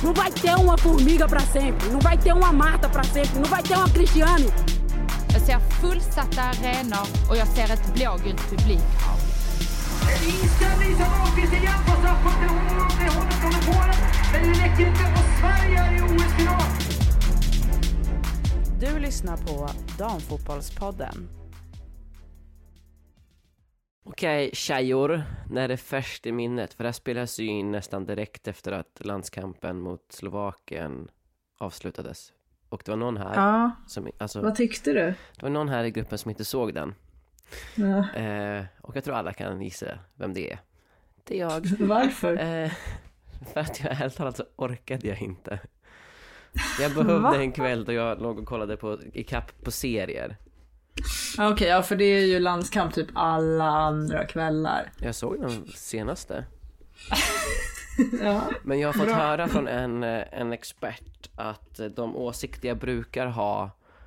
Não vai ter uma Formiga para sempre. Não vai ter uma Marta para sempre. Não vai ter uma Cristiane. Jag ser fullsatta arenor och jag ser ett blågult publikhav. Inställning som Ahlqvist igen på straffpunkten. Hon kommer på den. Men det räcker inte och Sverige är i OS-final. Du lyssnar på Damfotbollspodden. Okej, tjejor, när det är färskt i minnet, för det här spelas ju in nästan direkt efter att landskampen mot Slovakien avslutades. Och det var någon här som, alltså, vad tyckte du? Det var någon här i gruppen som inte såg den. Ja. Och jag tror alla kan gissa vem det är. Det är jag. Varför? För att jag helt talat så orkade jag inte. Jag behövde en kväll då jag låg och kollade på ikapp på serier. Okej, ja, för det är ju landskamp typ alla andra kvällar. Jag såg den senaste. Ja. Men jag har fått höra från en expert att de åsikter jag brukar ha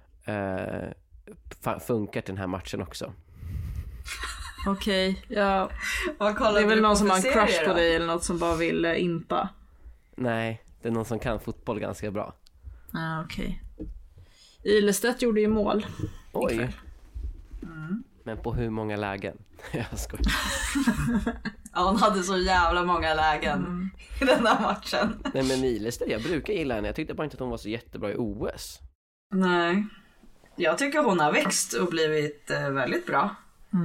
funkat den här matchen också. Okej, ja. Det är väl någon som har en crush på dig eller något som bara vill impa. Nej, det är någon som kan fotboll ganska bra. Ja, okej. Ilestedt gjorde ju mål. Oj. Men på hur många lägen? Jag skojar. Ja, hon hade så jävla många lägen i den här matchen. Nej, men Ilestedt, jag brukar gilla henne. Jag tyckte bara inte att hon var så jättebra i OS. Nej. Jag tycker hon har växt och blivit väldigt bra.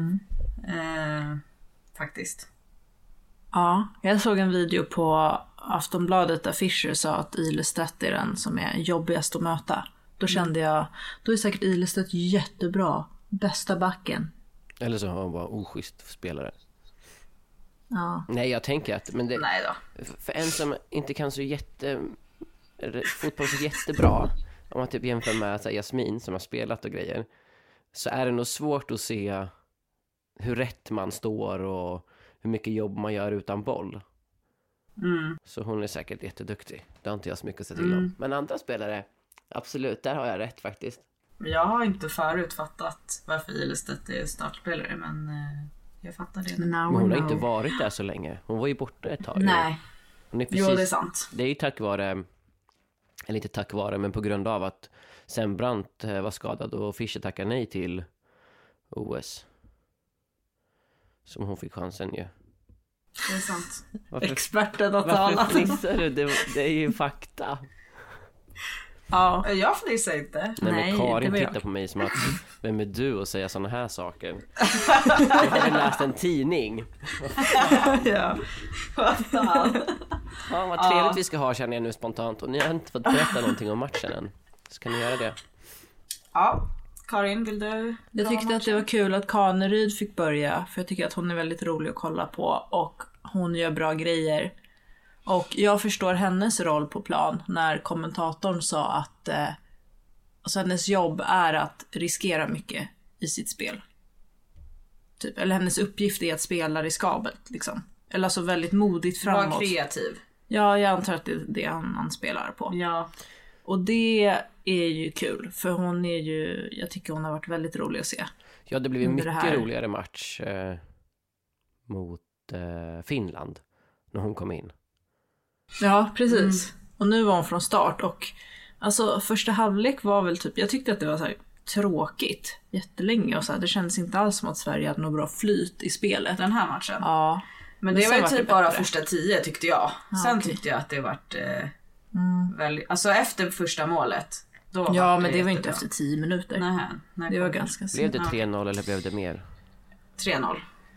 Faktiskt. Ja, jag såg en video på Aftonbladet där Fischer sa att Ilestedt är den som är jobbigast att möta. Då kände jag, då är säkert Ilestedt jättebra. Bästa backen. Eller så har hon bara oschysst spelare. Ja. Nej, jag tänker att men det, nej då. För en som inte kan så fotboll så jättebra, om man typ jämför med så här, Jasmin som har spelat och grejer, så är det nog svårt att se hur rätt man står och hur mycket jobb man gör utan boll. Så hon är säkert jätteduktig. Det har inte jag så mycket att säga till om. Men andra spelare, absolut, där har jag rätt faktiskt. Jag har inte förutfattat varför Ilestedt är startspelare, men jag fattar det. Men hon har inte varit där så länge. Hon var ju borta ett tag. Nej, hon är precis, jo det är sant. Det är ju tack vare, eller inte tack vare, men på grund av att Sembrant var skadad och Fischer tackade nej till OS. Som hon fick chansen ju. Det är sant. Experten att tala. Varför fnissar du? Det är ju fakta. Ja. Jag fnissar inte. Nej, men Karin tittar på mig som att vem är du och säger såna här saker? Jag har läst en tidning. Ja. Vad fan. Ja, vad trevligt vi ska ha, känner jag nu spontant. Och ni har inte fått berätta någonting om matchen än. Så kan ni göra det. Ja, Karin, vill du? Jag tyckte att det var kul att Kaneryd fick börja. För jag tycker att hon är väldigt rolig att kolla på. Och hon gör bra grejer. Och jag förstår hennes roll på plan när kommentatorn sa att alltså hennes jobb är att riskera mycket i sitt spel. Typ. Eller hennes uppgift är att spela riskabelt. Liksom. Eller alltså väldigt modigt framåt. Var kreativ. Ja, jag antar att det är det han spelar på. Ja. Och det är ju kul. För hon är ju, jag tycker hon har varit väldigt rolig att se. Ja, det blev en mycket roligare match mot Finland när hon kom in. Ja, precis. Och nu var hon från start. Och alltså första halvlek var väl typ, jag tyckte att det var så här tråkigt jättelänge. Och så här, det kändes inte alls som att Sverige hade något bra flyt i spelet. Den här matchen? Ja. Men det var ju typ bara första 10 tyckte jag. Sen okej. tyckte jag att det vart väldigt, alltså efter första målet då ja, men det var inte efter 10 minuter. Nej, det var ganska blev det 3-0 eller blev det mer? 3-0.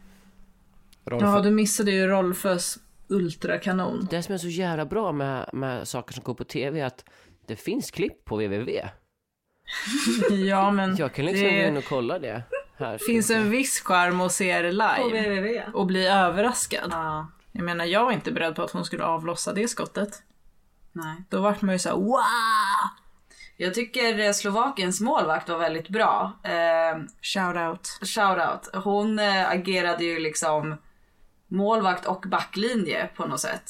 Ja, du missade ju Rolfes ultrakanon. Det som är så jävla bra med saker som går på tv är att det finns klipp på www. Ja, men jag kan liksom gå in och kolla det. Här finns en viss charm att se det live på www. Och bli överraskad. Ja. Jag menar, jag var inte beredd på att hon skulle avlossa det skottet. Nej. Då vart man ju så här, wow! Jag tycker Slovakiens målvakt var väldigt bra. Shout out. Hon agerade ju liksom målvakt och backlinje på något sätt.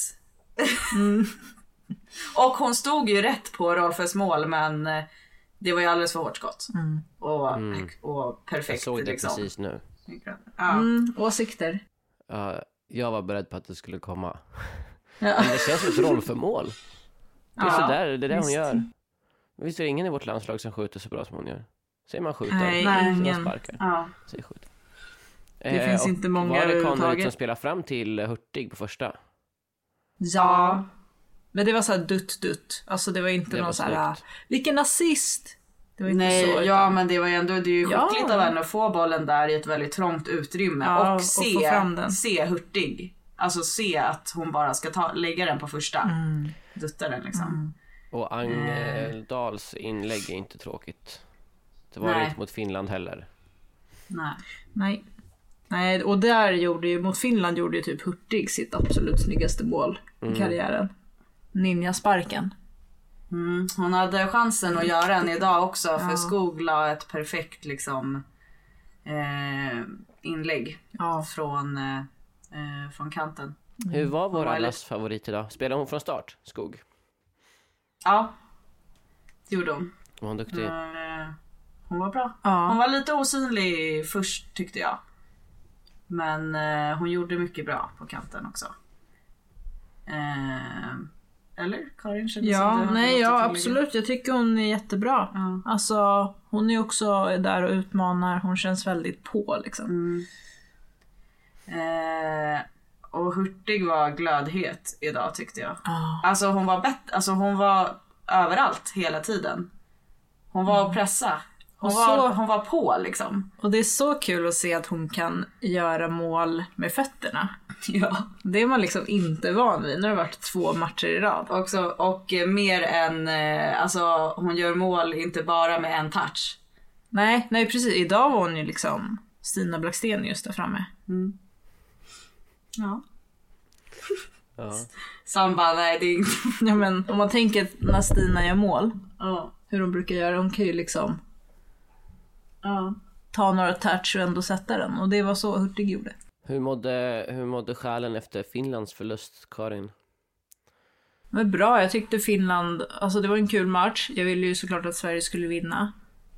Och hon stod ju rätt på Rolfes mål, men det var ju alldeles för hårt skott. Och perfekt. Jag såg det liksom. precis nu. Ja. Åsikter. Jag var beredd på att det skulle komma. Men det känns som ett Rolfe-mål. Det är sådär, det är det hon visst. gör. Visst är det ingen i vårt landslag som skjuter så bra som hon gör? Säger man skjuter? Nej, ingen. Sparkar. Ja. Säger skjuter. Det finns inte många var det Kaneryd överhuvudtaget. som spelade fram till Hurtig på första? Ja. Men det var så här dutt. Alltså det var inte Det någon var så här, snyggt. vilken nazist. Det var inte Nej, så. ja men det var ju ändå, det är ju Ja. skickligt av henne att få bollen där i ett väldigt trångt utrymme Ja, och och få fram den. se Hurtig. Alltså se att hon bara ska lägga den på första. Dutta den liksom. Och Angedals inlägg är inte tråkigt. Det var det Nej. inte mot Finland heller. Nej, och där gjorde ju, mot Finland gjorde ju typ Hurtig sitt absolut snyggaste mål i karriären. Ninjasparken. Hon hade chansen att göra den idag också för Skog la ett perfekt liksom inlägg från kanten. Hur var vår var allas favorit idag? Spelade hon från start? Skog? Ja, det gjorde hon. Var hon duktig? Hon var bra. Ja. Hon var lite osynlig först tyckte jag. Men hon gjorde mycket bra på kanten också. Eller Karin? Absolut. Jag tycker hon är jättebra. Ja. Alltså, hon är också där och utmanar. Hon känns väldigt på liksom. Och Hurtig var glödhet idag tyckte jag. Ja. Alltså hon var hon var överallt hela tiden. Hon var och pressa. Hon var på liksom. Och det är så kul att se att hon kan göra mål med fötterna. Ja. Det är man liksom inte van vid. Nu har det varit 2 matcher i rad. Också, och mer än, alltså hon gör mål inte bara med en touch. Nej, precis. Idag var hon ju liksom Stina Blackstén just där framme. Ja. Ja. Samba, nej det är inte. Ja, men om man tänker när Stina gör mål, Ja. hur hon brukar göra, hon kan ju liksom ta några touch och ändå sätta den. Och det var så Hurtig gjorde. Hur mådde själen efter Finlands förlust, Karin? Men bra, jag tyckte Finland, alltså det var en kul match. Jag ville ju såklart att Sverige skulle vinna.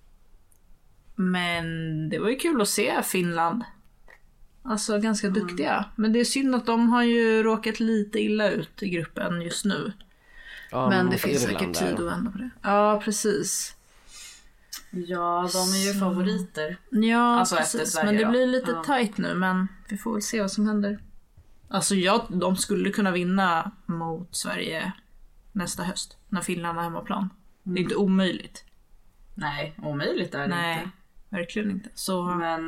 Men det var ju kul att se Finland. Alltså ganska duktiga. Men det är synd att de har ju råkat lite illa ut i gruppen just nu. Ja, men det mot finns Irland säkert tid där. att vända på det. Ja, precis. Ja, de är ju favoriter. Ja, Alltså efter precis. Sverige Men det då. blir lite Ja. tajt nu, men vi får väl se vad som händer. Alltså de skulle kunna vinna mot Sverige nästa höst, när Finland har hemmaplan. Det är inte omöjligt. Nej, omöjligt är det Nej, inte. verkligen inte. Så Men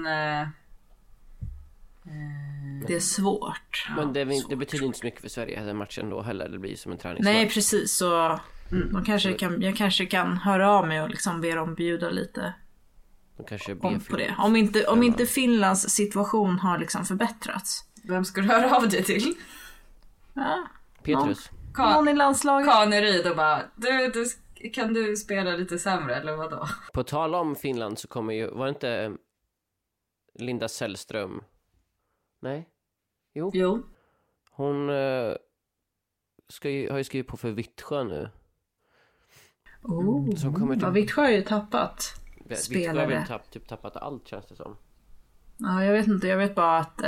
det är svårt. Men det betyder inte så mycket för Sverige den matchen då heller. Det blir som en träningsmatch. Nej, precis. Så jag kanske kan höra av mig och liksom be dem bjuda lite De kanske om på det. Om inte Finlands situation har liksom förbättrats. vem ska du höra av dig till? Ja, Petrus. någon i landslaget. Kaneryd och bara, kan du spela lite sämre eller vadå? På tal om Finland så kommer ju, var det inte Linda Sällström? Nej? Jo. Hon har ju skrivit på för Vittsjö nu. Så hon kommer Ja, Vittsjö har ju tappat Vittsjö har spelare. väl tappat allt känns det som. Ja, jag vet inte. Jag vet bara att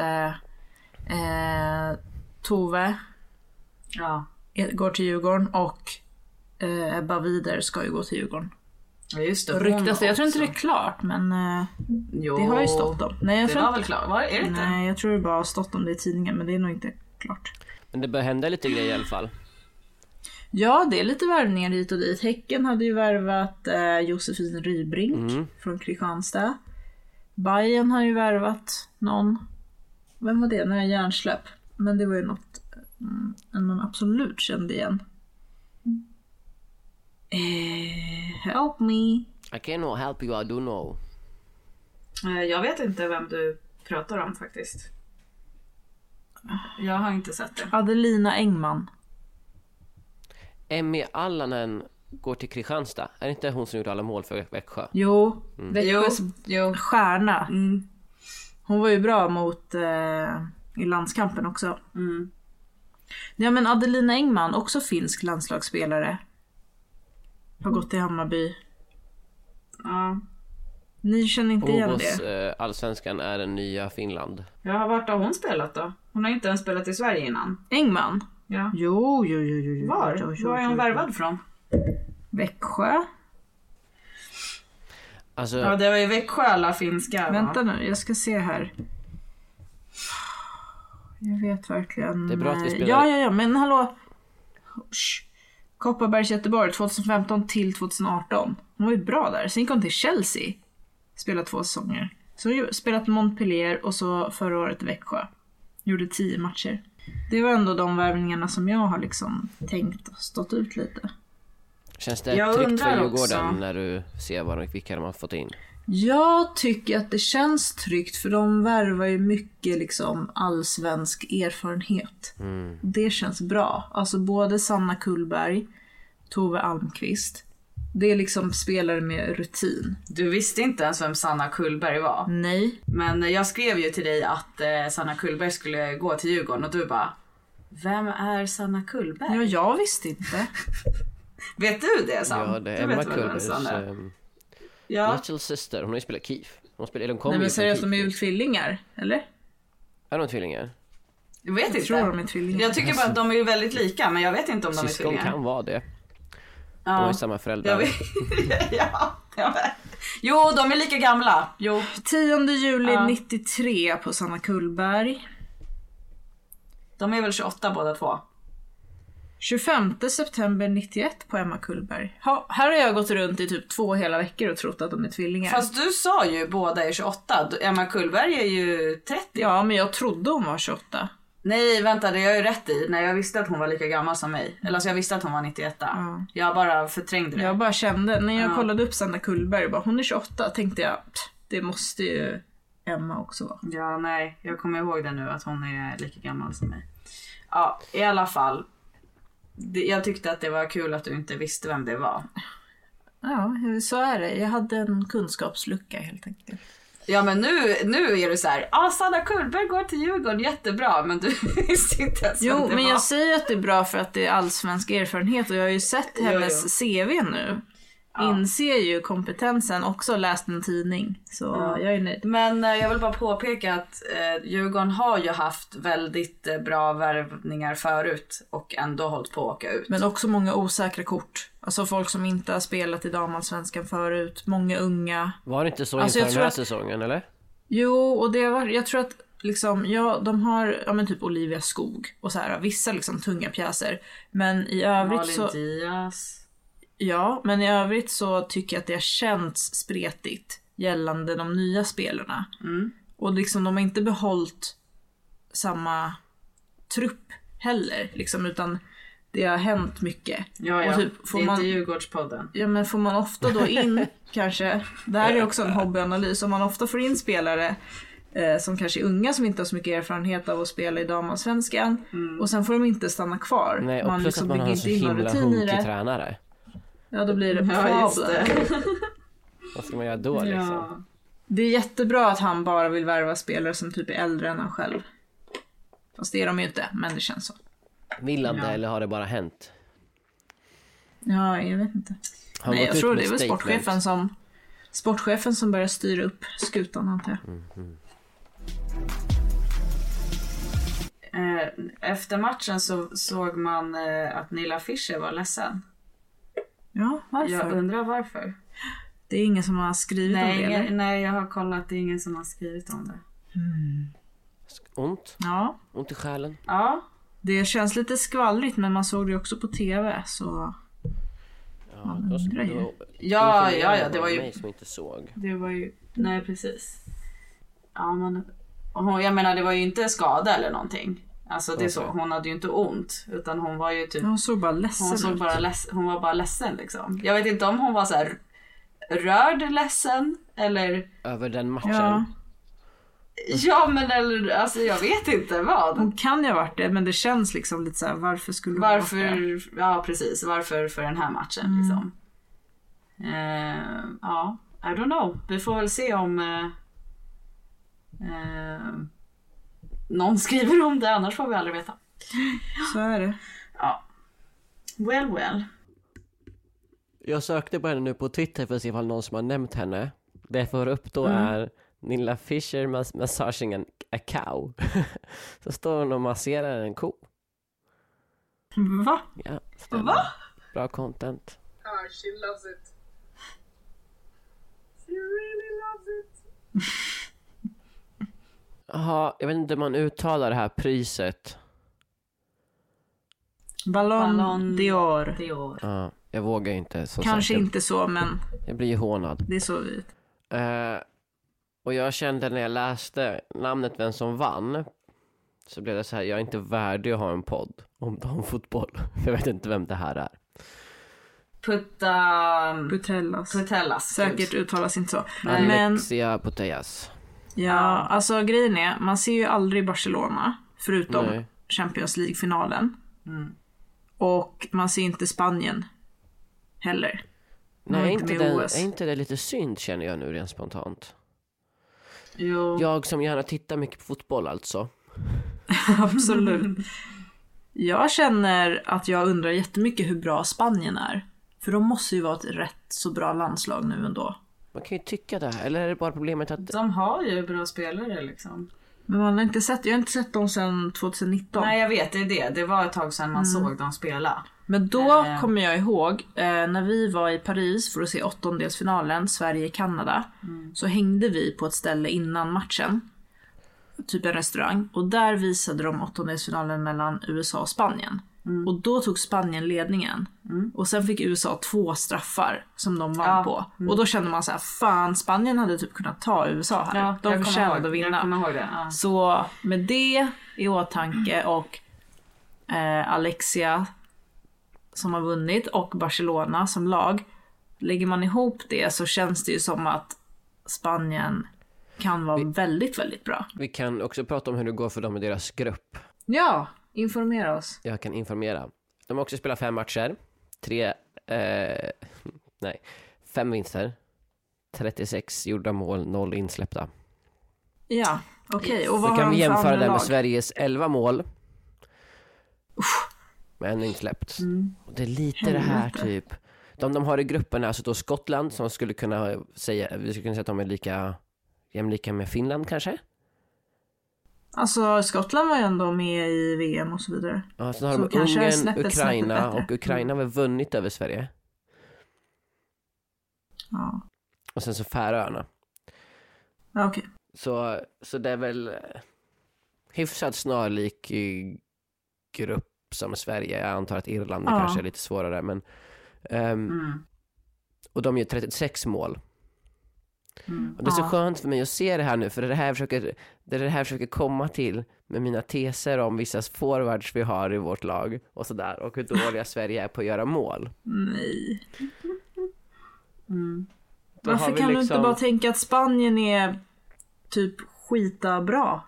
Tove går till Djurgården och Ebba Wider ska ju gå till Djurgården. Ja just det. Ryktas det. Jag tror inte det är klart, men Jo, det har ju stått om. Nej, jag det tror var inte. väl klart? Är det inte? Nej, jag tror det bara har stått om det i tidningen, men det är nog inte klart. Men det bör hända lite grejer i alla fall. Ja, det är lite värvningar hit och dit. Häcken hade ju värvat Josefin Rybrink från Kristianstad. Bayern har ju värvat någon. Vem var det? När jag hjärnsläpp. Men det var ju något man absolut kände igen. Help me. I cannot help you, I don't know. Jag vet inte vem du pratar om faktiskt. Jag har inte sett det. Adelina Engman. Emmy Allanen går till Kristianstad. Är det inte hon som gjorde alla mål för Växjö? Jo, Växjös Jo. stjärna. Hon var ju bra mot i landskampen också. Ja, men Adelina Engman, också finsk landslagsspelare. Har gått till Hammarby. Ja. Ni känner inte igen Ovos det? allsvenskan är den nya Finland. Ja, vart har hon spelat då? Hon har inte ens spelat i Sverige innan. Engman? Ja. Jo. Var är hon värvad från? Växjö. Alltså, Ja, det var ju Växjö alla finska. Va? Vänta nu, jag ska se här. Jag vet verkligen. Det är bra att vi spelar. Ja, men hallå. Kopparbergs Göteborg 2015 till 2018. Hon var ju bra där. Sen gick hon till Chelsea. Spelade 2 säsonger. Så hon spelat Montpellier och så förra året Växjö. Gjorde 10 matcher. Det var ändå de värvningarna som jag har liksom tänkt och stått ut lite. känns det Jag tryggt undrar för Djurgården också. när du ser vilka de har fått in? Jag tycker att det känns tryggt för de värvar ju mycket liksom allsvensk erfarenhet. Det känns bra. Alltså både Sanna Kullberg, Tove Almqvist. Det är liksom spelare med rutin. Du visste inte ens vem Sanna Kullberg var. Nej. Men jag skrev ju till dig att Sanna Kullberg skulle gå till Djurgården och du bara, vem är Sanna Kullberg? Ja, jag visste inte. Vet du det, Sam? Ja, det är Du Emma vet väl vem Kullbergs Sanna är? little Ja. sister. Hon har ju spelat KIF. Hon Nej men seriöst, de är ju tvillingar, eller? Är de tvillingar? Jag vet inte. Tror de är tvillingar. Jag tycker bara att de är ju väldigt lika, men jag vet inte om de är Syskon tvillingar. kan vara det. De Ja. har ju samma föräldrar. Jag vet. Ja, jag vet. Jo, de är lika gamla. Jo. 10 juli 93 på Sanna Kullberg. De är väl 28 båda två. 25 september 91 på Emma Kullberg. Här har jag gått runt i typ 2 hela veckor och trott att de är tvillingar. Fast du sa ju båda är 28. Emma Kullberg är ju 30. Ja, men jag trodde hon var 28. Nej, vänta, det är jag ju rätt i. Nej, jag visste att hon var lika gammal som mig. Eller alltså jag visste att hon var 91. Ja. Jag bara förträngde det. Jag bara kände, när jag kollade upp Sanna Kullberg, bara, hon är 28, tänkte jag, det måste ju Emma också vara. Ja, nej, jag kommer ihåg det nu att hon är lika gammal som mig. Ja, i alla fall. Jag tyckte att det var kul att du inte visste vem det var. Ja, så är det. Jag hade en kunskapslucka helt enkelt. Ja, men nu är du så här, Sanna Kullberg går till Djurgården, jättebra, men du visste inte ens vem det Jo, men var. jag säger att det är bra för att det är allsvensk erfarenhet och jag har ju sett hennes CV nu. Inser ju kompetensen, också läst en tidning. Så jag är nöjd. Men jag vill bara påpeka att Djurgården har ju haft väldigt bra värvningar förut och ändå hållit på att åka ut. Men också många osäkra kort. Alltså folk som inte har spelat i damallsvenskan förut. Många unga. Var det inte så Alltså, inför jag den tror här att- säsongen, eller? Jo, och det var, jag tror att liksom, de har men typ Olivia Skog och så här, vissa liksom tunga pjäser. Men i övrigt Malin så... Diaz. Ja, men i övrigt så tycker jag att det har känts spretigt gällande de nya spelarna. Och liksom de har inte behållit samma trupp heller, liksom, utan det har hänt mycket. Ja. Och typ, det är inte Djurgårdspodden. Ja, men får man ofta då in kanske, det här är också en hobbyanalys, om man ofta får in spelare som kanske är unga som inte har så mycket erfarenhet av att spela i damallsvenskan och sen får de inte stanna kvar. Nej, och plus liksom att man har en så bygger inte in någon himla rutin i hunkig det. tränare. Ja, då blir det Ja, just det. Vad ska man göra då liksom? Det är jättebra att han bara vill värva spelare som typ är äldre än han själv. Fast det är de ju inte, men det känns så. Vill han det eller har det bara hänt? Ja, jag vet inte. Har han Nej, gått jag ut tror med det är väl statement? sportchefen som börjar styra upp skutan, antar jag. Efter matchen så såg man att Nilla Fischer var ledsen. Ja, varför? Jag undrar varför. Det är ingen som har skrivit om det, eller? Nej, jag har kollat. Det är ingen som har skrivit om det. Ont? Ja, Ont i själen? Ja, det känns lite skvallrigt, men man såg det också på TV, så... Ja, Man undrar ju. Ja, det var ju... mig som inte såg. Det var ju... Nej, precis. Ja, men... Jag menar, det var ju inte skada eller någonting. Alltså, det är så. Hon hade ju inte ont. Utan hon var ju typ... Hon såg bara ledsen ut. Hon var bara ledsen, liksom. Jag vet inte om hon var så här rörd ledsen, eller... Över den matchen? Ja, Ja, men eller... Alltså, jag vet inte vad. hon kan ju ha varit det, men det känns liksom lite så här, varför skulle hon varit det? Varför... Ja, precis. Varför för den här matchen, liksom. Ja, I don't know. Vi får väl se om... någon skriver om det, annars får vi aldrig veta. Så är det. Ja. Well. Jag sökte på henne nu på Twitter för att se ifall någon som har nämnt henne. Det jag får upp då är Nilla Fischer massaging a cow. Så står hon och masserar en ko. Va? Ja, stämmer. Va? Bra content. She loves it. She really loves it. Jaha, jag vet inte hur man uttalar det här priset. Ballon d'Or. Ja, jag vågar inte så Kanske säkert. inte så, men Jag blir ju hånad. det är så vi... Och jag kände när jag läste namnet vem som vann, så blev det så här, jag är inte värdig att ha en podd om damfotboll. Jag vet inte vem det här är. Putellas. Säkert uttalas inte så. Men Alexia Putellas. ja, alltså grejen är, man ser ju aldrig Barcelona förutom Nej. Champions League-finalen. Och man ser inte Spanien heller. Nej, Nej, inte med det, OS. är inte det lite synd känner jag nu rent spontant. Jo. Jag som gärna tittar mycket på fotboll alltså. Absolut. Jag känner att jag undrar jättemycket hur bra Spanien är. För de måste ju vara ett rätt så bra landslag nu ändå. Man kan ju tycka det här, eller är det bara problemet att... De har ju bra spelare liksom. Men man har inte sett, jag har inte sett dem sedan 2019. Nej, jag vet, det är det. Det var ett tag sedan man såg dem spela. Men då kommer jag ihåg när vi var i Paris för att se åttondelsfinalen Sverige-Kanada, så hängde vi på ett ställe innan matchen, typ en restaurang, och där visade de åttondelsfinalen mellan USA och Spanien. Och då tog Spanien ledningen. Och sen fick USA 2 straffar som de vann på. Och då kände man så här, fan, Spanien hade typ kunnat ta USA här. Ja, de förtjänade att vinna. Jag kommer ihåg det. Ja. Så med det i åtanke och Alexia som har vunnit och Barcelona som lag, lägger man ihop det så känns det ju som att Spanien kan vara väldigt, väldigt bra. Vi kan också prata om hur det går för dem i deras grupp. Ja, informera oss. Jag kan informera. De har också spelat 5 matcher. 5 vinster. 36 gjorda mål, 0 insläppta. Ja, okej. Och vad Då har kan de vi för jämföra andra det med lag? Sveriges 11 mål. Med en insläppt. Och det är lite det här typ. De har i gruppen är alltså då Skottland som skulle kunna säga, vi skulle kunna säga att de är lika jämlika med Finland kanske. Alltså Skottland var ju ändå med i VM och så vidare. Ja, så har Så de kanske Ungern, snäppet Ukraina bättre. och Ukraina har väl vunnit över Sverige. Ja, Och sen så Färöarna. ja okej. Så det är väl hyfsat snarlik i grupp som Sverige. Jag antar att Irland kanske är lite svårare. Men, och de gör 36 mål. Och det är så skönt för mig att se det här nu. För det är det här jag försöker komma till med mina teser om vissa forwards vi har i vårt lag. Och sådär. Och hur dåliga Sverige är på att göra mål. Nej. Då har Varför vi kan du inte liksom- bara tänka att Spanien är typ skita bra?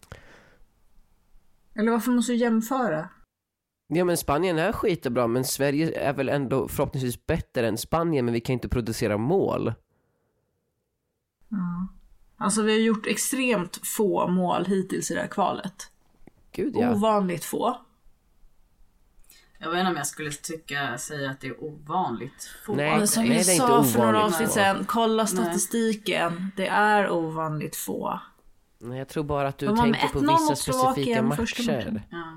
Eller varför måste du jämföra? Ja, men Spanien är skitbra, men Sverige är väl ändå förhoppningsvis bättre än Spanien, men vi kan inte producera mål. Alltså vi har gjort extremt få mål hittills i det här kvalet. Gud ja. Ovanligt få. Jag vet inte om jag skulle säga att det är ovanligt få. Nej. Men som det är vi inte sa för några ovanligt avsnitt få. sedan, kolla statistiken. Det är ovanligt få. Nej, jag tror bara att du De var med tänker på 1-0 vissa mot specifika Slovakien första matcher. matchen. Ja.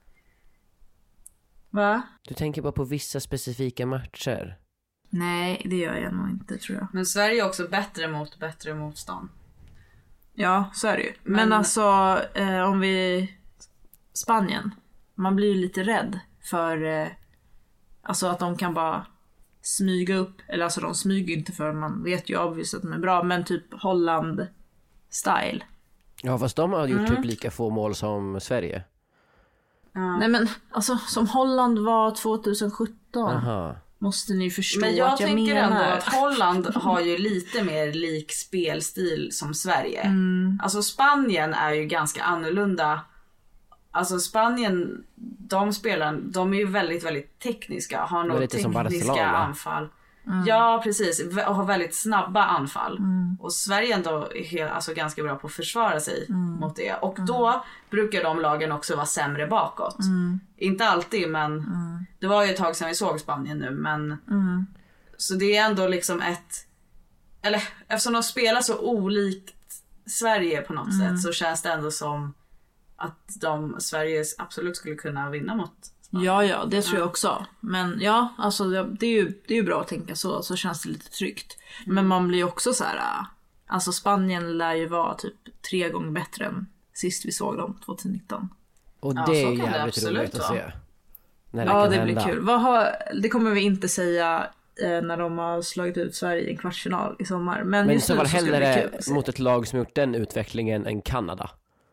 Va? Du tänker bara på vissa specifika matcher. Nej, det gör jag nog inte, tror jag. Men Sverige är också bättre motstånd. Ja, så är det ju. Men alltså, om vi... Spanien. Man blir ju lite rädd för... alltså att de kan bara smyga upp. Eller alltså de smyger inte, för man vet ju obviously att de är bra. Men typ Holland-style. Ja, fast de har gjort typ lika få mål som Sverige. Nej men, alltså som Holland var 2017. Aha. Måste ni förstå Men jag att jag tänker menar. ändå att Holland har ju lite mer lik spelstil som Sverige. Alltså Spanien är ju ganska annorlunda. Alltså Spanien, de är ju väldigt, väldigt tekniska. Har nog lite som tekniska Barcelona. anfall. Ja, precis. Och har väldigt snabba anfall. Och Sverige ändå är alltså ganska bra på att försvara sig mot det. Och då brukar de lagen också vara sämre bakåt. Inte alltid, men det var ju ett tag sedan vi såg Spanien nu. Men så det är ändå liksom eller eftersom de spelar så olikt Sverige på något sätt, så känns det ändå som att Sverige absolut skulle kunna vinna mot Ja, det tror jag också. Men ja, alltså det är ju bra att tänka så känns det lite tryggt. Men man blir också så här, alltså Spanien lär ju vara typ 3 gånger bättre än sist vi såg dem 2019. Och det är jävligt roligt att se. Ja, det blir kul. Det kommer vi inte säga när de har slagit ut Sverige i en kvartsfinal i sommar. Men just så nu var så ska det hellre bli kul mot ett lag som gjort den utvecklingen än Kanada.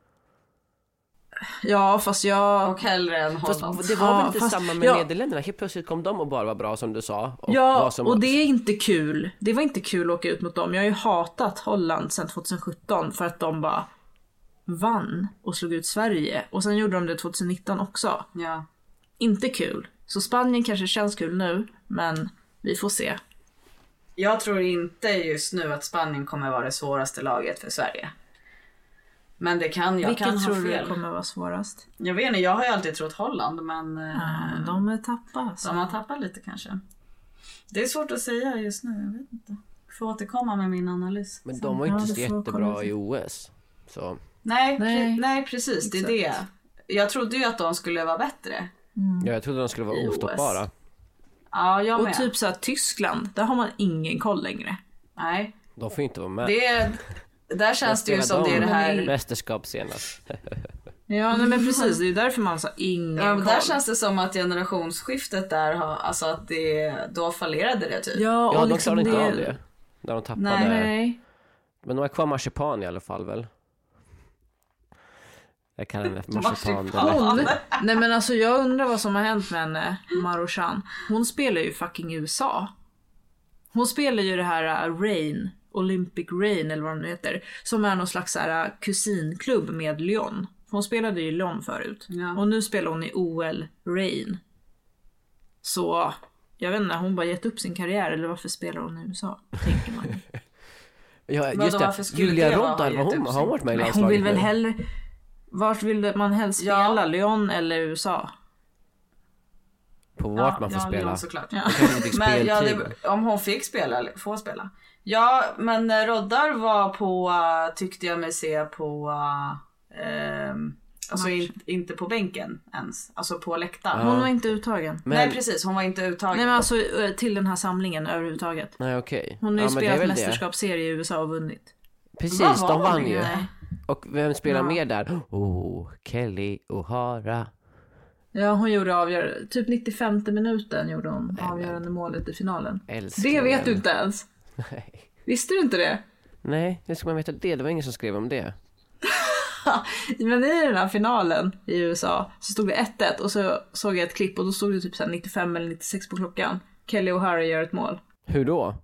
Ja, fast jag... Och hellre än Holland. Det var väl inte samma med Nederländerna. Helt plötsligt kom de och bara var bra som du sa. Och det är inte kul. Det var inte kul att åka ut mot dem. Jag har ju hatat Holland sedan 2017 för att de bara vann och slog ut Sverige. Och sen gjorde de det 2019 också. Ja. Inte kul. Så Spanien kanske känns kul nu, men vi får se. Jag tror inte just nu att Spanien kommer vara det svåraste laget för Sverige. Men det kan jag Vilket kan ha tror fel. du kommer vara svårast? Jag vet inte, jag har ju alltid trott Holland, men de är tappat. De har tappat lite kanske. Det är svårt att säga just nu, jag vet inte. Får återkomma med min analys. Men de var inte så jättebra i OS. Så. Nej, precis, det är det. Jag trodde ju att de skulle vara bättre. Ja, jag trodde de skulle vara ostoppbara. Ja, jag med. Och typ så här, Tyskland, där har man ingen koll längre. Nej. De får inte vara med. Där känns det ju som det är det här mästerskap senast. Ja, nej, men precis, det är ju därför man sa ingen koll. Där känns det som att generationsskiftet där har, alltså att då fallerade det typ. Ja, och de liksom klarade inte av det. När de tappade. Nej. Men de är kvar marsipan i alla fall väl? Jag kallar henne marsipan. Nej, men alltså jag undrar vad som har hänt med henne, Marochan. Hon spelar ju fucking USA. Hon spelar ju det här Rain, Olympic Rain eller vad det heter, som är någon slags så här kusinklubb med Lyon. Hon spelade ju i Lyon förut. Ja. Och nu spelar hon i OL Rain. Så jag vet inte, hon bara gett upp sin karriär, eller varför spelar hon i USA? Tänker man. Ja, just det. Julia Roddar, har hon varit med i landslaget? Hon vill väl hellre... Vart vill man helst spela? Ja. Lyon eller USA? På vart man får spela. Lyon, såklart. Ja. Men om hon fick spela, eller får spela. Ja, men Roddar var på, tyckte jag mig se på, alltså inte på bänken ens, alltså på läktaren. Hon var inte uttagen. Nej, precis, hon var inte uttagen. Nej, men alltså till den här samlingen överhuvudtaget. Nej, okej. Hon har ju spelat mästerskapsserie i USA och vunnit. Precis, de vann ju. Nej. Och vem spelar mer där? Kelly O'Hara. Ja, hon gjorde typ 95:e minuten gjorde hon avgörande målet i finalen. Det vet du inte ens. Nej. Visste du inte det? Nej, det ska man veta det. Det var ingen som skrev om det. Men i den här finalen i USA så stod det 1-1 och så såg jag ett klipp och då stod det typ så 95 eller 96 på klockan. Kelly O'Hara gör ett mål. Hur då?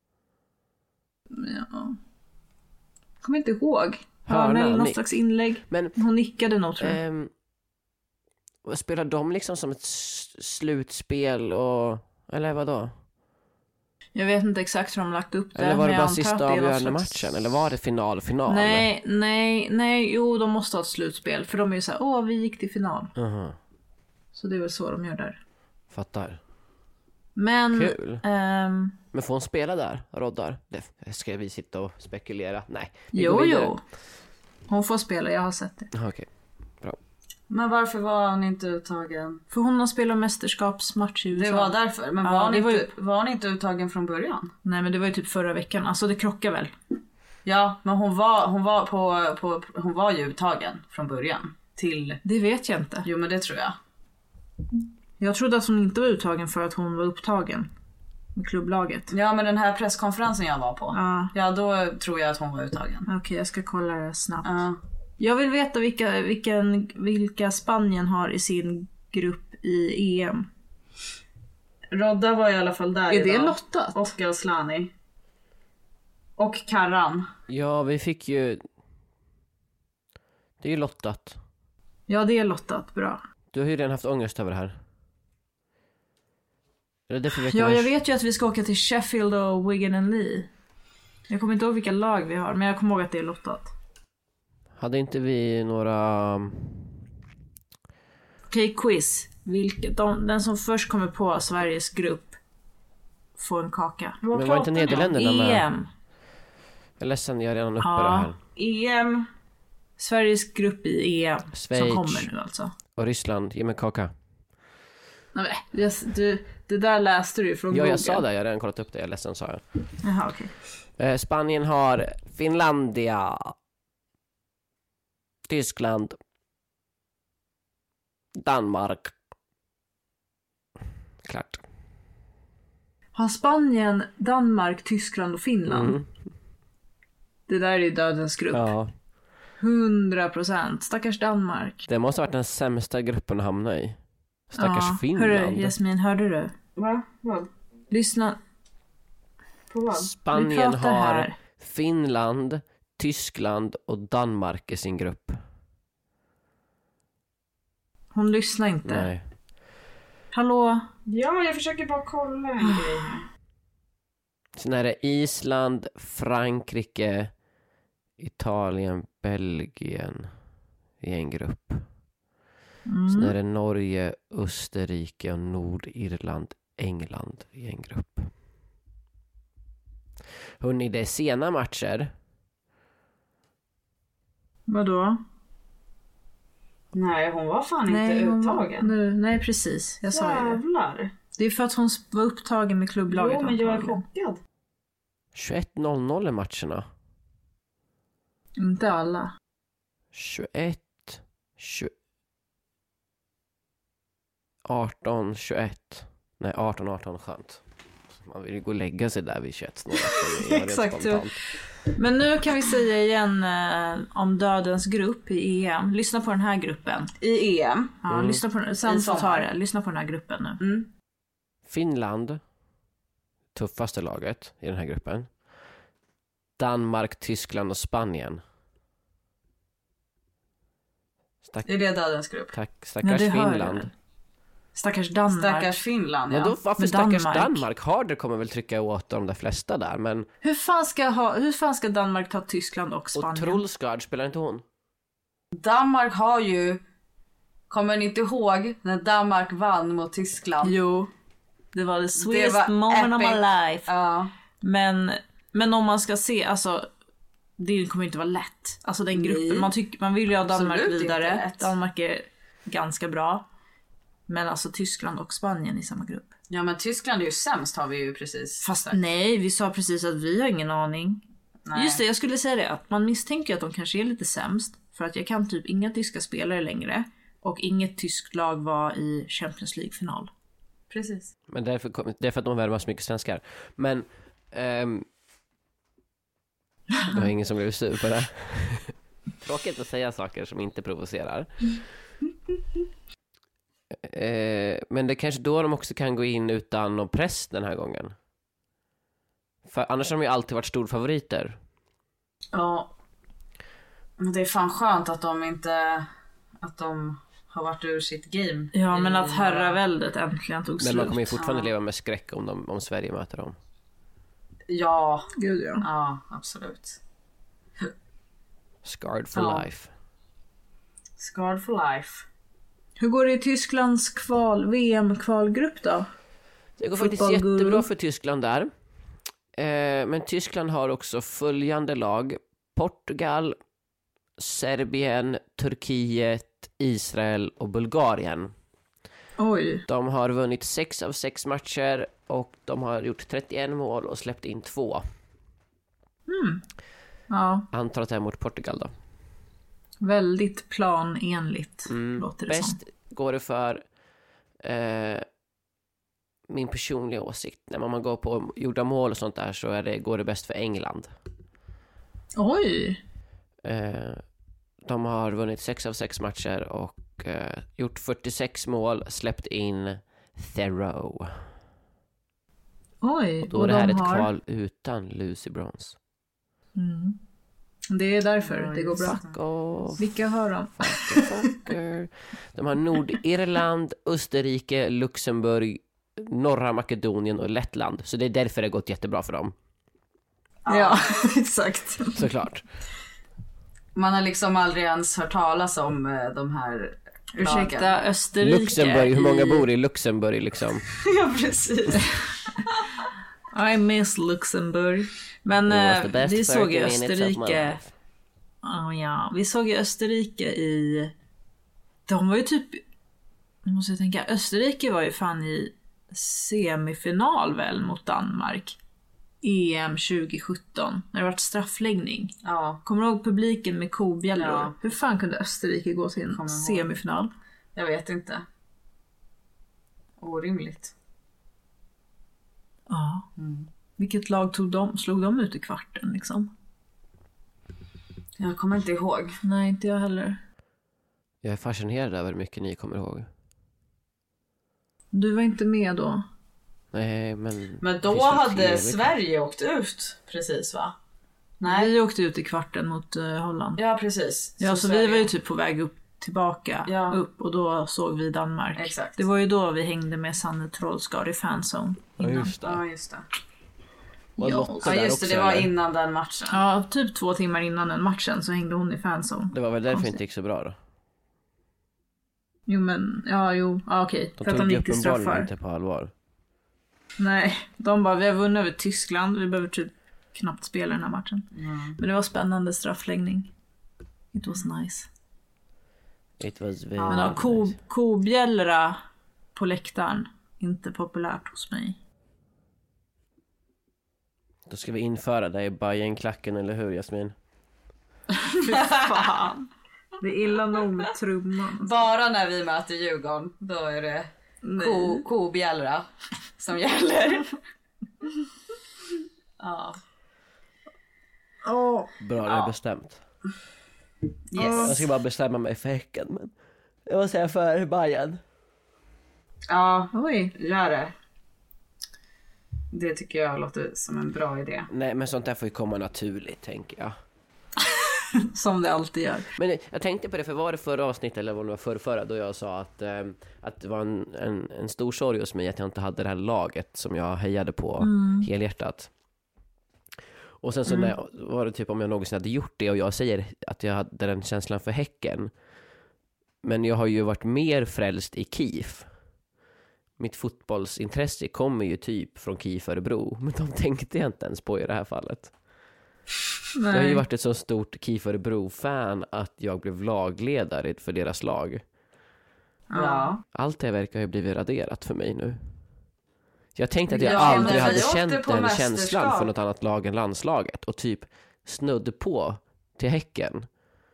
Ja. Kommer inte ihåg. Hörna eller något slags inlägg. Men hon nickade nog, tror jag. Spelar de liksom som ett slutspel eller vad då? Jag vet inte exakt hur de lagt upp det. Eller var det bara sista avgörande matchen? Eller var det final? Nej, jo, de måste ha ett slutspel. För de är ju såhär, vi gick till final. Så det är väl så de gör där. Fattar. Men kul. Men får hon spela där, Roddar? Det ska vi sitta och spekulera. Nej. Jo. Hon får spela, jag har sett det. Okej, bra. Men varför var hon inte uttagen? För hon har spelat mästerskapsmatch i USA. Det var därför. Men var hon inte uttagen från början? Nej, men det var ju typ förra veckan. Alltså det krockar väl. Ja, men hon var ju uttagen från början till. Det vet jag inte. Jo, men det tror jag. Jag trodde att hon inte var uttagen för att hon var upptagen med klubblaget. Ja, men den här presskonferensen jag var på. Ja, då tror jag att hon var uttagen. Okej, jag ska kolla det snabbt. Jag vill veta vilka Spanien har i sin grupp i EM. Rodda var i alla fall där idag. Är det lottat? Och Aslani. Och Karran. Ja, vi fick ju... Det är ju lottat. Ja, det är lottat. Bra. Du har ju redan haft ångest över det här. Ja, jag vet ju att vi ska åka till Sheffield och Wigan and Lee. Jag kommer inte ihåg vilka lag vi har, men jag kommer ihåg att det är lottat. Hade inte vi några... Okej, quiz. Den som först kommer på Sveriges grupp får en kaka. Men var inte Nederländerna med? EM. Jag är ledsen, jag är redan uppe det här. EM. Sveriges grupp i EM. Schweiz. Som kommer nu alltså. Och Ryssland, ge mig kaka. Nej, det där läste du från Ja, Google. jag sa det. Jag har redan kollat upp det. Jag är ledsen, sa jag. Jaha, okej. Spanien har Finlandia, Tyskland, Danmark. Klart. Har Spanien, Danmark, Tyskland och Finland? Mm. Det där är ju dödens grupp. Ja. 100%. Stackars Danmark. Det måste ha varit den sämsta gruppen att hamna i. Stackars Finland. Hörru, Jasmin, hörde du? Va? Vad? Lyssna. På vad? Vi Spanien pratar har här. Finland, Tyskland och Danmark i sin grupp. Hon lyssnar inte. Nej. Hallå? Ja, jag försöker bara kolla en grej här. Sen är det Island, Frankrike, Italien, Belgien i en grupp. Sen är det Norge, Österrike och Nordirland, England i en grupp. Hörrni, det är sena matcher. Vadå? Nej, hon var fan inte uttagen. Nej, precis. Jag sa ju det. Jävlar. Det är för att hon var upptagen med klubblaget. Jo, men jag är antagligen. chockad. 21:00 är matcherna. Inte alla. 21, 18, 21. Nej, 18, skönt. Man vill ju gå och lägga sig där vid 21 snart. Exakt. Men nu kan vi säga igen om dödens grupp i EM. Lyssna på den här gruppen. I EM? Ja, lyssna på den. Sen får ta det. Lyssna på den här gruppen nu. Mm. Finland, tuffaste laget i den här gruppen. Danmark, Tyskland och Spanien. Är det dödens grupp? Stackars Ja, Finland. jag. Stackars Danmark. Stackars Finland, ja. Men då, varför Men stackars Danmark? Danmark? Harder kommer väl trycka åt de där flesta där, men... Hur fan ska Danmark ta Tyskland och Spanien? Och Trollsgaard, spelar inte hon? Danmark har ju... Kommer ni inte ihåg när Danmark vann mot Tyskland? Jo. Det var the sweetest moment of my life. Ja. Men om man ska se, alltså... Det kommer inte vara lätt. Alltså den gruppen, man vill ju ha Danmark Absolut vidare. inte lätt. Danmark är ganska bra. Men alltså Tyskland och Spanien i samma grupp. Ja, men Tyskland är ju sämst, har vi ju precis Fast sagt. nej, vi sa precis att vi har ingen aning. Nej. Just det, jag skulle säga det. Att man misstänker att de kanske är lite sämst. För att jag kan typ inga tyska spelare längre. Och inget tyskt lag var i Champions League-final. Precis. Men det är för att de värvar så mycket svenskar. Men... det var ingen som blev sur på det. Tråkigt att säga saker som inte provocerar. Men det är kanske då de också kan gå in utan någon press den här gången. För annars har de ju alltid varit storfavoriter. Ja. Men det är fan skönt att de inte... Att de har varit ur sitt game. Ja, men att herraväldet äntligen tog slut. Men man kommer ju fortfarande leva med skräck om Sverige möter dem. Ja. Gud, ja. Ja, absolut. Scarred for life. Scarred for life. Hur går det i Tysklands VM-kvalgrupp då? Det går faktiskt jättebra för Tyskland där. Men Tyskland har också följande lag. Portugal, Serbien, Turkiet, Israel och Bulgarien. Oj. De har vunnit 6 av 6 matcher och de har gjort 31 mål och släppt in 2. Ja, Antalet är mot Portugal då. väldigt planenligt låter det Bäst som. går det för min personliga åsikt. När man går på gjorda mål och sånt där så går det bäst för England. Oj. De har vunnit 6 av 6 matcher och gjort 46 mål, släppt in 0. Oj. Och då är det här ett kval utan Lucy Bronze. Det är därför det går bra. Fuck off. Vilka har de? Fucker. De har Nordirland, Österrike, Luxemburg, norra Makedonien och Lettland. Så det är därför det har gått jättebra för dem. Ja, exakt. Såklart. Man har liksom aldrig ens hört talas om de här Ursäkta, Österrike. Luxemburg, hur många bor i Luxemburg liksom? Ja, precis. I miss Luxemburg. Men vi såg ju Österrike. Ja, vi såg ju Österrike i... De var ju typ... Nu måste jag tänka. Österrike var ju fan i semifinal väl mot Danmark. EM 2017. När det var straffläggning. Ja. Kommer du ihåg publiken med kobjällor? Ja. Hur fan kunde Österrike gå till en semifinal? Jag vet inte. Orimligt. Ja. Vilket lag slog de ut i kvarten liksom? Jag kommer inte ihåg. Nej, inte jag heller. Jag är fascinerad över hur mycket ni kommer ihåg. Du var inte med då? Nej, men Men det då finns väl hade fler, Sverige åkt ut. Precis va? Nej. Vi åkte ut i kvarten mot Holland. Ja precis. Ja, så vi var ju typ på väg tillbaka upp och då såg vi Danmark. Exakt. Det var ju då vi hängde med Sanne Trollskar i fanzone. Ja, just det. Ja just det. Var Lotta Ja där just det, också, det var eller? innan den matchen. Ja, typ 2 timmar innan den matchen så hängde hon i fanzone. Det var väl därför det inte gick så bra då. Jo men, okej. De För att de tog gick till uppenbarligen straffar. inte på allvar. Nej, de bara, vi har vunnit över Tyskland. Vi behöver typ knappt spela den här matchen. Men det var spännande straffläggning. It was nice. It was very Men ja, nice. kobjällra på läktaren. Inte populärt hos mig. Då ska vi införa det i Bajen-klacken, eller hur Jasmin? Fan. Det är illa nog med trumman. Bara när vi möter Djurgården, då är det kobjällra som gäller. Ja. Bra, det är bestämt. Yes. Jag ska bara bestämma mig för Häcken, men jag måste säga för Bajen. Ja, Oj. gör det. Det tycker jag låter som en bra idé. Nej, men sånt där får ju komma naturligt, tänker jag. Som det alltid gör. Men jag tänkte på det, för var det förra avsnittet eller var det var förra då jag sa att det var en stor sorg hos mig att jag inte hade det här laget som jag hejade på helhjärtat. Och sen så när, var det typ om jag någonsin hade gjort det, och jag säger att jag hade den känslan för Häcken. Men jag har ju varit mer frälst i KIF. Mitt fotbollsintresse kommer ju typ från KIF Örebro, men de tänkte jag inte ens på i det här fallet. Nej. Jag har ju varit ett så stort KIF Örebro-fan att jag blev lagledare för deras lag. Ja. Allt det verkar ju blivit raderat för mig nu. Jag tänkte att jag Ja, aldrig men hade vi åkte känt på den mästerskap. känslan för något annat lag än landslaget. Och typ snudde på till Häcken.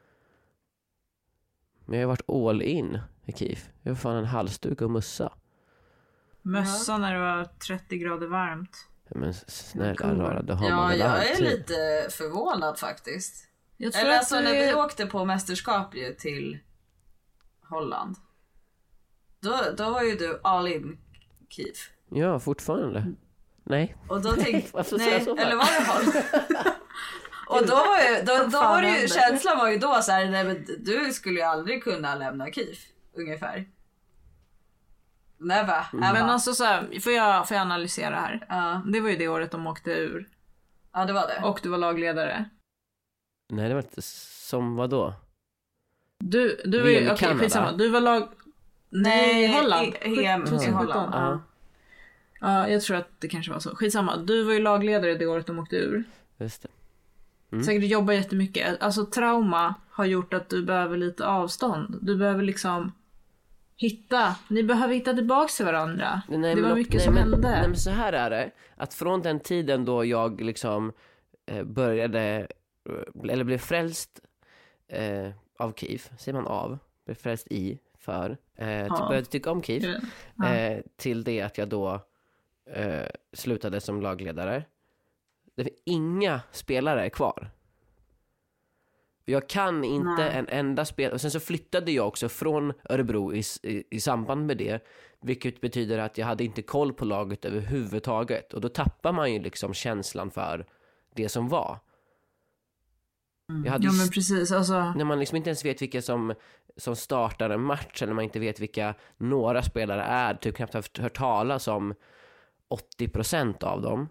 Men jag har varit all in i KIF. Jag var fan en halsduk och mössa. Mössa när det var 30 grader varmt. Men snälla rara, det har man Ja, väl jag är alltid. lite förvånad faktiskt. Jag tror Eller att alltså när vi åkte på mästerskap ju till Holland. Då var ju du all in KIF. Ja, fortfarande. Nej. Och då tänkte varför nej, säger jag så för? eller var det Holland? Och då var det ju, känslan var ju då så här, nej men du skulle ju aldrig kunna lämna KIF ungefär. Never. Men alltså så här, får jag analysera här? Ja. Det var ju det året de åkte ur. Ja, det var det. Och du var lagledare. Nej, det var inte som vad då? Du var VM i ju, okej, Kanada. skitsamma. Du var Nej, Holland. EM i 2017. Holland. Ja. Ja, jag tror att det kanske var så. Skitsamma. Du var ju lagledare det året de åkte ur. Just det. Säkert du jobbar jättemycket. Alltså trauma har gjort att du behöver lite avstånd. Du behöver liksom ni behöver hitta tillbaka till varandra. Nej, det var men, mycket som hände. Nej, men så här är det. Att från den tiden då jag liksom började, eller blev frälst av KIF, säger man av, blev frälst började tycka om KIF, till det att jag då slutade som lagledare. Det är inga spelare kvar. Jag kan inte en enda spelare. Och sen så flyttade jag också från Örebro i samband med det. Vilket betyder att jag hade inte koll på laget överhuvudtaget. Och då tappar man ju liksom känslan för det som var. Jag hade men precis. Alltså... När man liksom inte ens vet vilka som startar en match. Eller man inte vet vilka några spelare är. Typ knappt har hört talas om 80% av dem.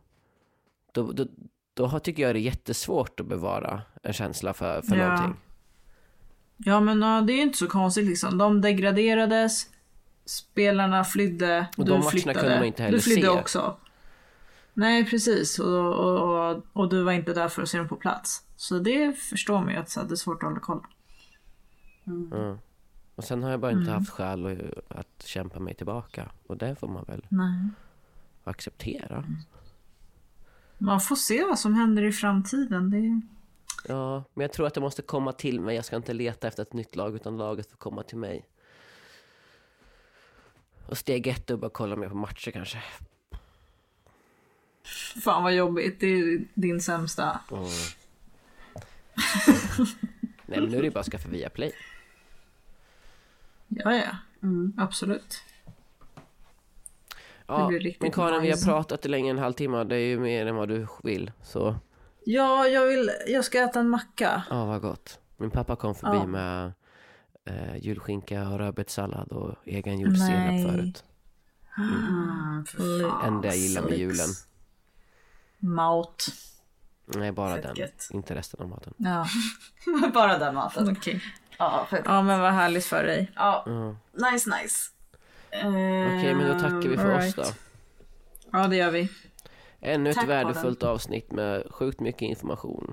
Då tycker jag det är jättesvårt att bevara en känsla för någonting. Ja, men det är ju inte så konstigt liksom. De degraderades, spelarna flydde, och du de matcherna flyttade. kunde man inte heller du flydde se. också. Nej, precis. Och du var inte där för att se dem på plats. Så det förstår man ju att det är svårt att hålla koll. Och sen har jag bara inte haft skäl att kämpa mig tillbaka. Och det får man väl acceptera. Man får se vad som händer i framtiden. Ja, men jag tror att det måste komma till mig. Jag ska inte leta efter ett nytt lag, utan laget får komma till mig. Och steg 1 och bara kolla mer på matcher kanske. Fan vad jobbigt, det är din sämsta. Nej, men nu är det bara att skaffa via Play. Ja. Absolut. Ja, men Karin, vi har pratat länge, en halvtimme. Det är ju mer än vad du vill, så... Ja, jag ska äta en macka. Ja, vad gott. Min pappa kom förbi med julskinka och rödbetssallad och egen julsenap förut. Enda jag gillar med julen. Mat. Nej, bara den. Inte resten av maten. Ja. Bara den maten. Okej. Ja, ja, men vad härligt för dig. Ja, nice. Okej, men då tackar vi för oss då. Ja, det gör vi. Ännu ett värdefullt avsnitt med sjukt mycket information.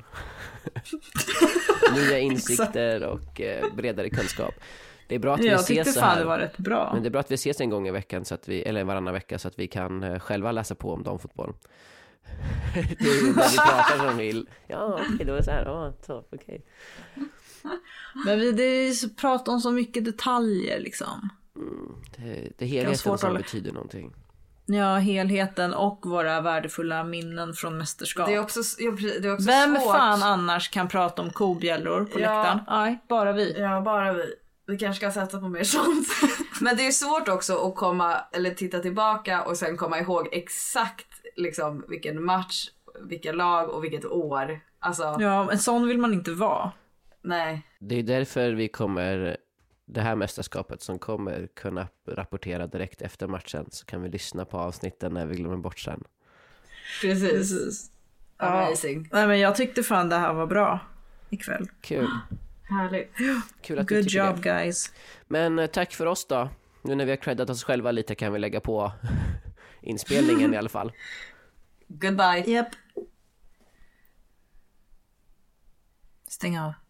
Nya insikter och bredare kunskap. Det är bra att vi ses så här. Det var rätt bra. Men det är bra att vi ses en gång i veckan eller varannan vecka så att vi kan själva läsa på om damfotboll. Det är ju när vi pratar som vill. Ja, okej, det var så här. Okej. Men det pratar om så mycket detaljer liksom. Det är helheten som betyder någonting. Ja, helheten och våra värdefulla minnen från mästerskap. Det är också Vem svårt. fan annars kan prata om kobjällor på läktaren? Nej, bara vi. Ja, bara vi. Vi kanske ska sätta på mer sånt. Men det är svårt också att titta tillbaka och sen komma ihåg exakt liksom vilken match, vilka lag och vilket år. Alltså... Ja, en sån vill man inte vara. Nej. Det är därför vi kommer... Det här mästerskapet som kommer kunna rapportera direkt efter matchen, så kan vi lyssna på avsnitten när vi glömmer bort sen. Precis. Amazing. Nej, men jag tyckte fan det här var bra ikväll. Kul. Härligt. Kul att Good du tycker job, det. guys. Men tack för oss då. Nu när vi har creddat oss själva lite kan vi lägga på inspelningen i alla fall. Goodbye. Yep. Stäng av.